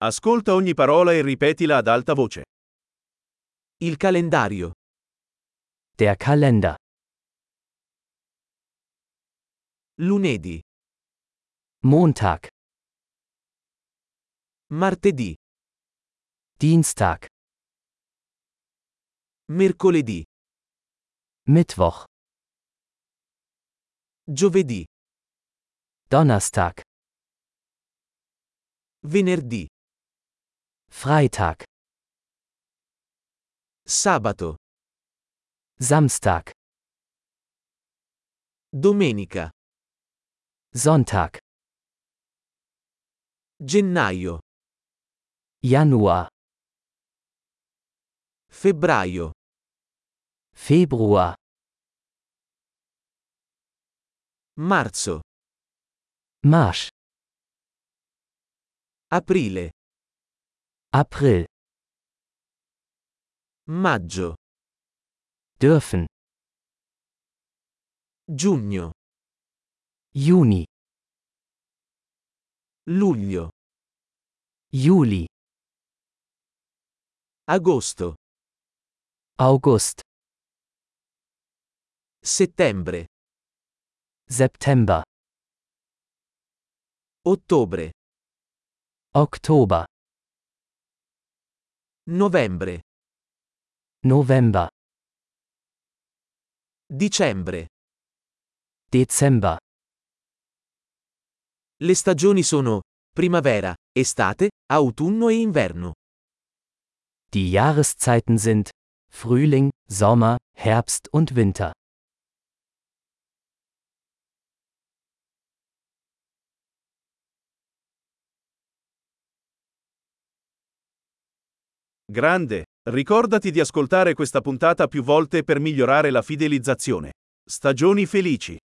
Ascolta ogni parola e ripetila ad alta voce. Il calendario. Der Kalender. Lunedì. Montag. Martedì. Dienstag. Mercoledì. Mittwoch. Giovedì. Donnerstag. Venerdì. Freitag. Sabato. Samstag. Domenica. Sonntag. Gennaio. Januar. Febbraio. Februar. Marzo. März. Aprile. April. Maggio. Dürfen. Giugno. Juni. Luglio. Juli. Agosto. August. Settembre. September. Ottobre. Oktober. Novembre. November. Dicembre. Dezember. Le stagioni sono primavera, estate, autunno e inverno. Die Jahreszeiten sind Frühling, Sommer, Herbst und Winter. Grande, ricordati di ascoltare questa puntata più volte per migliorare la fidelizzazione. Stagioni felici.